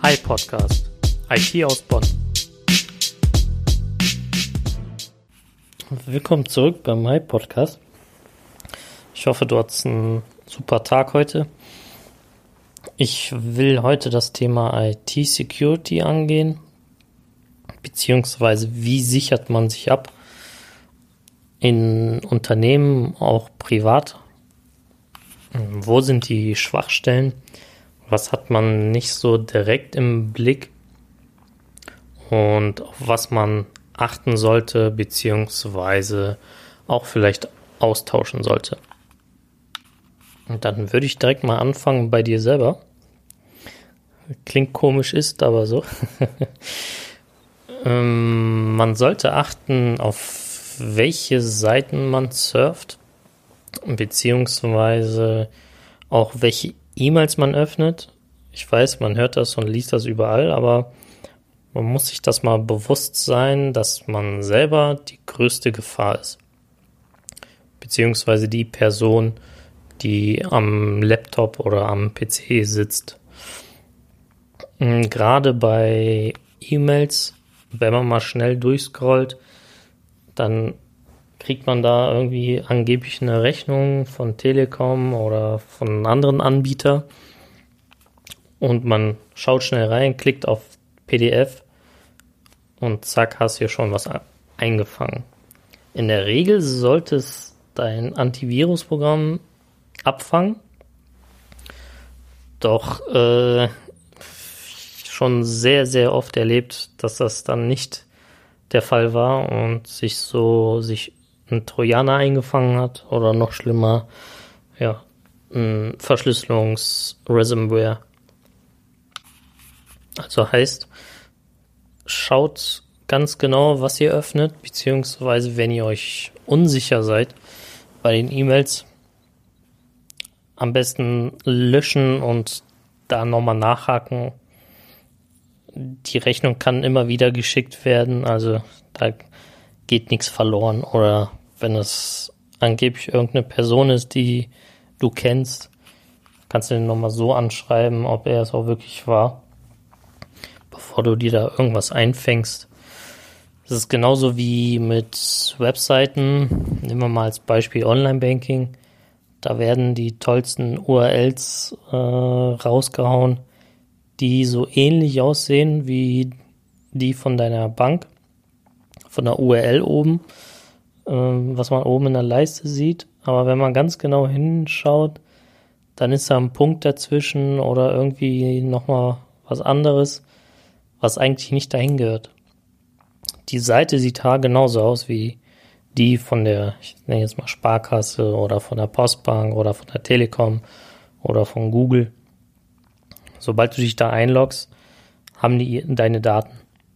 iPodcast, IT aus Bonn. Willkommen zurück beim iPodcast. Ich hoffe, du hattest einen super Tag heute. Ich will heute das Thema IT-Security angehen, beziehungsweise wie sichert man sich ab in Unternehmen, auch privat. Wo sind die Schwachstellen? Was hat man nicht so direkt im Blick? Und auf was man achten sollte, beziehungsweise auch vielleicht austauschen sollte. Und dann würde ich direkt mal anfangen bei dir selber. Klingt komisch, ist aber so. Man sollte achten, auf welche Seiten man surft, beziehungsweise auch welche E-Mails man öffnet. Ich weiß, man hört das und liest das überall, aber man muss sich das mal bewusst sein, dass man selber die größte Gefahr ist. Beziehungsweise die Person, die am Laptop oder am PC sitzt. Gerade bei E-Mails, wenn man mal schnell durchscrollt, dann kriegt man da irgendwie angeblich eine Rechnung von Telekom oder von einem anderen Anbieter und man schaut schnell rein, klickt auf PDF und zack, hast hier schon was eingefangen. In der Regel sollte es dein Antivirusprogramm abfangen, doch schon sehr, sehr oft erlebt, dass das dann nicht der Fall war und sich ein Trojaner eingefangen hat oder noch schlimmer, ein Verschlüsselungs-Ransomware. Also heißt, schaut ganz genau, was ihr öffnet, beziehungsweise wenn ihr euch unsicher seid bei den E-Mails, am besten löschen und da nochmal nachhaken. Die Rechnung kann immer wieder geschickt werden, also da geht nichts verloren. Oder wenn es angeblich irgendeine Person ist, die du kennst, kannst du den nochmal so anschreiben, ob er es auch wirklich war, bevor du dir da irgendwas einfängst. Das ist genauso wie mit Webseiten. Nehmen wir mal als Beispiel Online-Banking. Da werden die tollsten URLs rausgehauen, die so ähnlich aussehen wie die von deiner Bank, von der URL oben, was man oben in der Leiste sieht. Aber wenn man ganz genau hinschaut, dann ist da ein Punkt dazwischen oder irgendwie nochmal was anderes, was eigentlich nicht dahin gehört. Die Seite sieht genauso aus wie die von der, ich nenne jetzt mal Sparkasse oder von der Postbank oder von der Telekom oder von Google. Sobald du dich da einloggst, haben die deine Daten.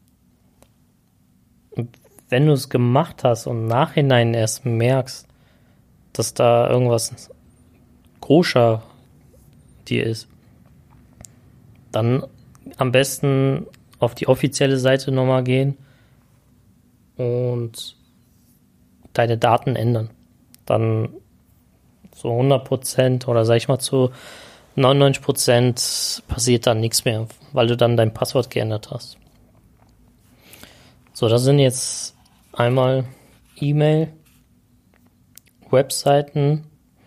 Und wenn du es gemacht hast und im Nachhinein erst merkst, dass da irgendwas koscher dir ist, dann am besten auf die offizielle Seite nochmal gehen und deine Daten ändern. Dann so 100% oder sag ich mal zu 99% passiert dann nichts mehr, weil du dann dein Passwort geändert hast. So, das sind jetzt einmal E-Mail, Webseiten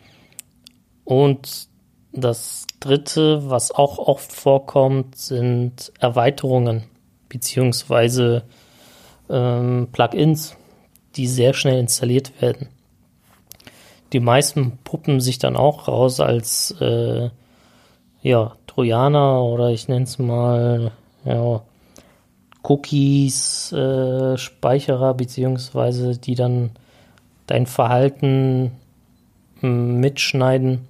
und das dritte, was auch oft vorkommt, sind Erweiterungen beziehungsweise Plugins, die sehr schnell installiert werden. Die meisten puppen sich dann auch raus als Trojaner oder ich nenne es mal Cookies, Speicherer, beziehungsweise die dann dein Verhalten mitschneiden.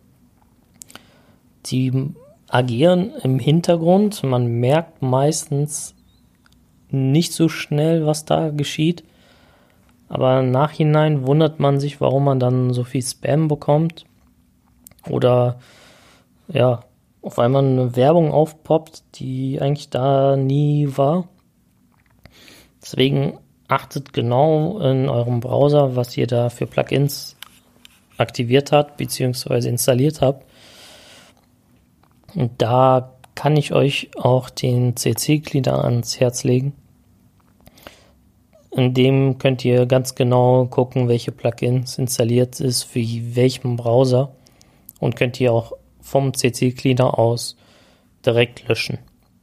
Die agieren im Hintergrund. Man merkt meistens nicht so schnell, was da geschieht. Aber im Nachhinein wundert man sich, warum man dann so viel Spam bekommt. Oder auf einmal eine Werbung aufpoppt, die eigentlich da nie war. Deswegen achtet genau in eurem Browser, was ihr da für Plugins aktiviert habt, beziehungsweise installiert habt. Und da kann ich euch auch den CC-Cleaner ans Herz legen. In dem könnt ihr ganz genau gucken, welche Plugins installiert ist für welchen Browser und könnt ihr auch vom CC-Cleaner aus direkt löschen.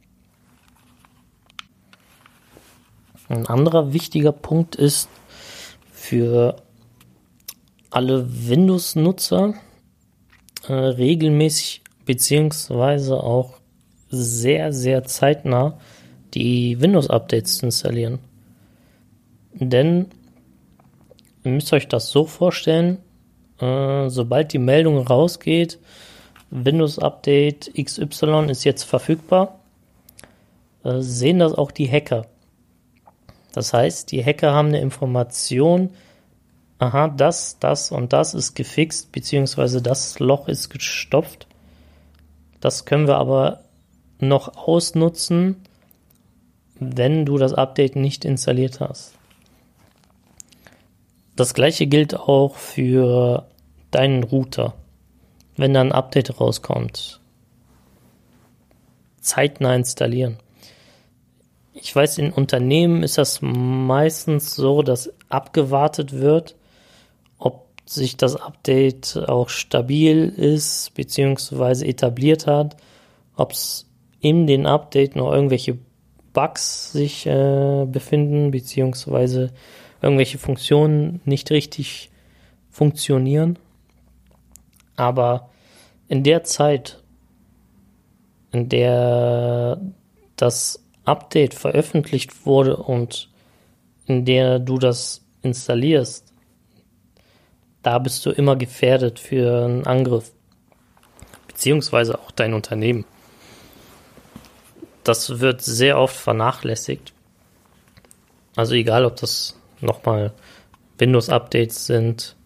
Ein anderer wichtiger Punkt ist für alle Windows-Nutzer regelmäßig beziehungsweise auch sehr, sehr zeitnah die Windows-Updates zu installieren. Denn ihr müsst euch das so vorstellen, sobald die Meldung rausgeht, Windows Update XY ist jetzt verfügbar, sehen das auch die Hacker. Das heißt, die Hacker haben eine Information, aha, das und das ist gefixt, beziehungsweise das Loch ist gestopft. Das können wir aber noch ausnutzen, wenn du das Update nicht installiert hast. Das gleiche gilt auch für deinen Router. Wenn da ein Update rauskommt, zeitnah installieren. Ich weiß, in Unternehmen ist das meistens so, dass abgewartet wird, ob sich das Update auch stabil ist, beziehungsweise etabliert hat, ob es in den Update noch irgendwelche Bugs sich befinden, beziehungsweise irgendwelche Funktionen nicht richtig funktionieren. Aber in der Zeit, in der das Update veröffentlicht wurde und in der du das installierst, da bist du immer gefährdet für einen Angriff, beziehungsweise auch dein Unternehmen. Das wird sehr oft vernachlässigt. Also egal, ob das nochmal Windows-Updates sind,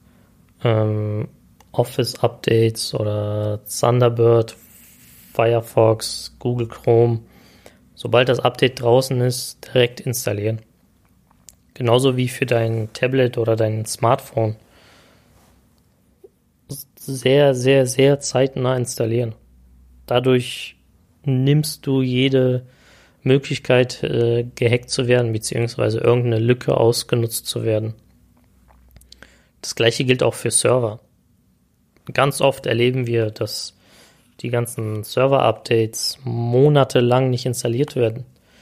Office-Updates oder Thunderbird, Firefox, Google Chrome. Sobald das Update draußen ist, direkt installieren. Genauso wie für dein Tablet oder dein Smartphone. Sehr, sehr, sehr zeitnah installieren. Dadurch nimmst du jede Möglichkeit, gehackt zu werden, beziehungsweise irgendeine Lücke ausgenutzt zu werden. Das gleiche gilt auch für Server. Ganz oft erleben wir, dass die ganzen Server-Updates monatelang nicht installiert werden.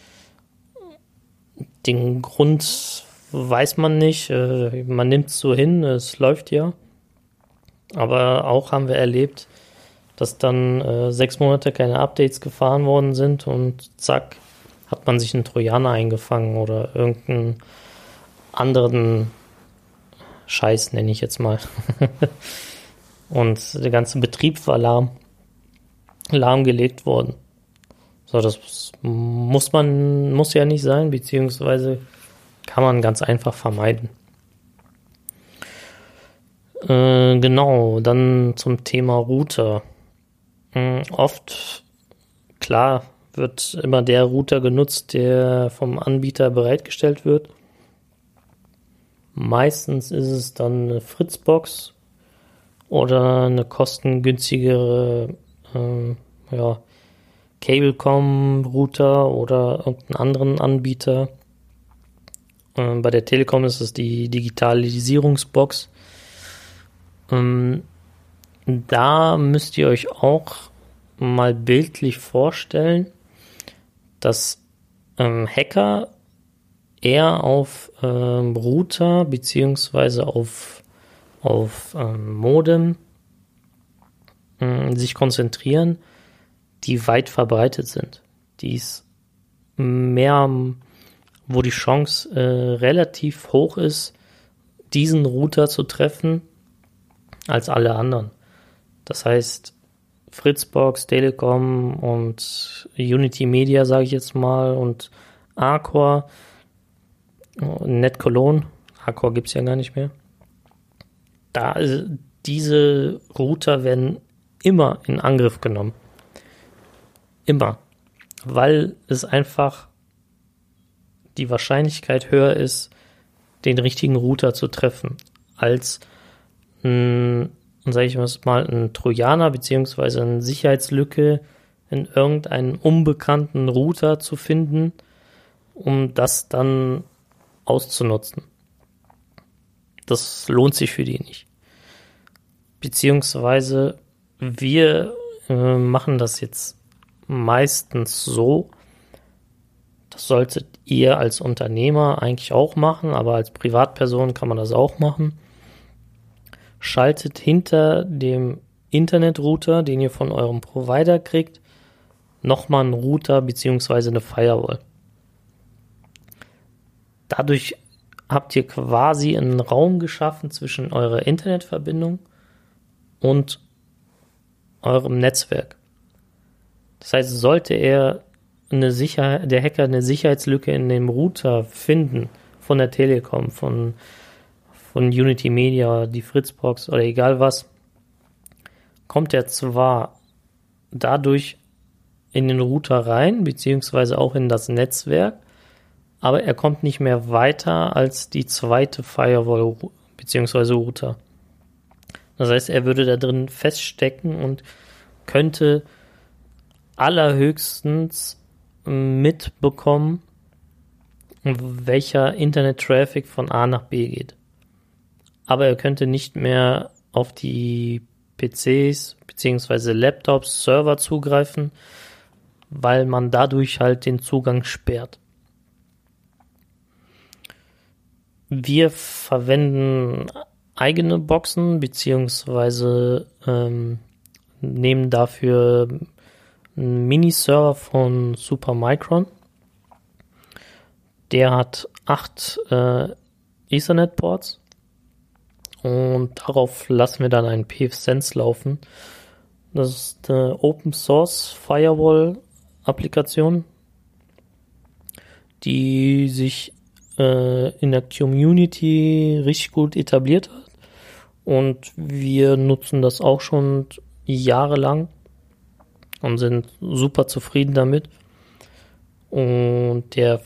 Den Grund weiß man nicht, man nimmt es so hin, es läuft ja. Aber auch haben wir erlebt, dass dann 6 Monate keine Updates gefahren worden sind und zack, hat man sich einen Trojaner eingefangen oder irgendeinen anderen Scheiß, nenne ich jetzt mal. Und der ganze Betrieb war lahmgelegt worden. So, das muss ja nicht sein, beziehungsweise kann man ganz einfach vermeiden. Genau, dann zum Thema Router. Oft, klar, wird immer der Router genutzt, der vom Anbieter bereitgestellt wird. Meistens ist es dann eine Fritzbox oder eine kostengünstigere Cablecom-Router oder irgendeinen anderen Anbieter. Bei der Telekom ist es die Digitalisierungsbox. Da müsst ihr euch auch mal bildlich vorstellen, dass Hacker eher auf Router beziehungsweise auf Modem sich konzentrieren, die weit verbreitet sind. Die ist mehr, wo die Chance relativ hoch ist, diesen Router zu treffen, als alle anderen. Das heißt, Fritzbox, Telekom und Unity Media, sage ich jetzt mal, und Arcor, NetCologne, Arcor gibt es ja gar nicht mehr. Diese Router werden immer in Angriff genommen. Immer. Weil es einfach die Wahrscheinlichkeit höher ist, den richtigen Router zu treffen, als sage ich mal, ein Trojaner beziehungsweise eine Sicherheitslücke in irgendeinen unbekannten Router zu finden, um das dann auszunutzen. Das lohnt sich für die nicht. Beziehungsweise wir machen das jetzt meistens so, das solltet ihr als Unternehmer eigentlich auch machen, aber als Privatperson kann man das auch machen. Schaltet hinter dem Internetrouter, den ihr von eurem Provider kriegt, nochmal einen Router bzw. eine Firewall. Dadurch habt ihr quasi einen Raum geschaffen zwischen eurer Internetverbindung und eurem Netzwerk. Das heißt, sollte der Hacker eine Sicherheitslücke in dem Router finden, von der Telekom, von Unity Media, die Fritzbox oder egal was, kommt er zwar dadurch in den Router rein, beziehungsweise auch in das Netzwerk, aber er kommt nicht mehr weiter als die zweite Firewall beziehungsweise Router. Das heißt, er würde da drin feststecken und könnte allerhöchstens mitbekommen, welcher Internet-Traffic von A nach B geht. Aber er könnte nicht mehr auf die PCs beziehungsweise Laptops, Server zugreifen, weil man dadurch halt den Zugang sperrt. Wir verwenden eigene Boxen beziehungsweise nehmen dafür einen Mini-Server von Supermicron. Der hat 8 Ethernet-Ports und darauf lassen wir dann einen pfSense laufen. Das ist eine Open-Source-Firewall-Applikation, die sich in der Community richtig gut etabliert hat. Und wir nutzen das auch schon jahrelang und sind super zufrieden damit. Und der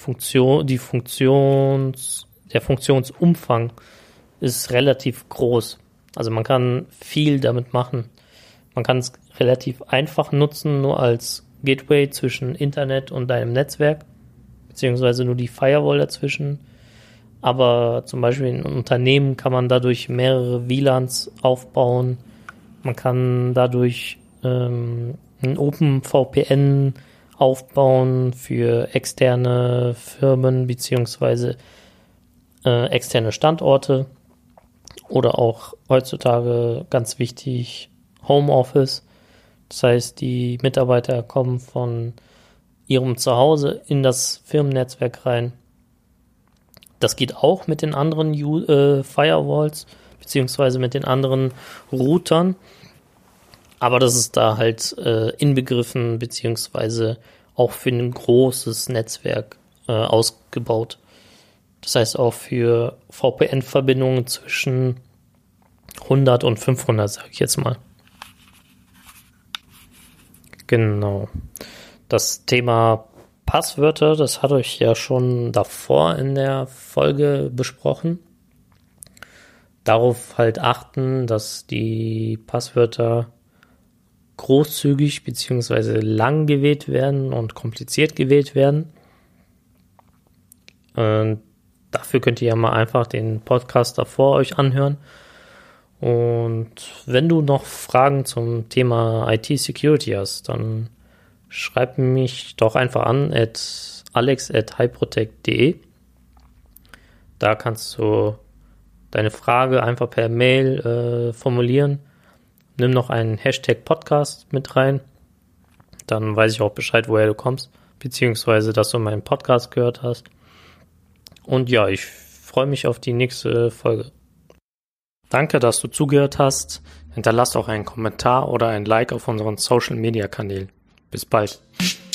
Funktionsumfang ist relativ groß. Also man kann viel damit machen. Man kann es relativ einfach nutzen, nur als Gateway zwischen Internet und deinem Netzwerk, beziehungsweise nur die Firewall dazwischen. Aber zum Beispiel in Unternehmen kann man dadurch mehrere WLANs aufbauen. Man kann dadurch ein OpenVPN aufbauen für externe Firmen beziehungsweise externe Standorte oder auch heutzutage ganz wichtig Homeoffice. Das heißt, die Mitarbeiter kommen von ihrem Zuhause in das Firmennetzwerk rein. Das geht auch mit den anderen Firewalls beziehungsweise mit den anderen Routern. Aber das ist da halt inbegriffen, beziehungsweise auch für ein großes Netzwerk ausgebaut. Das heißt auch für VPN-Verbindungen zwischen 100 und 500, sage ich jetzt mal. Genau. Das Thema Passwörter, das hatte ich ja schon davor in der Folge besprochen. Darauf halt achten, dass die Passwörter großzügig bzw. lang gewählt werden und kompliziert gewählt werden. Dafür könnt ihr ja mal einfach den Podcast davor euch anhören. Und wenn du noch Fragen zum Thema IT-Security hast, dann schreib mich doch einfach an alex@highprotect.de. Da kannst du deine Frage einfach per Mail formulieren. Nimm noch einen Hashtag Podcast mit rein. Dann weiß ich auch Bescheid, woher du kommst, beziehungsweise, dass du meinen Podcast gehört hast. Und ja, ich freue mich auf die nächste Folge. Danke, dass du zugehört hast. Hinterlass auch einen Kommentar oder ein Like auf unseren Social-Media-Kanälen. Bis bald.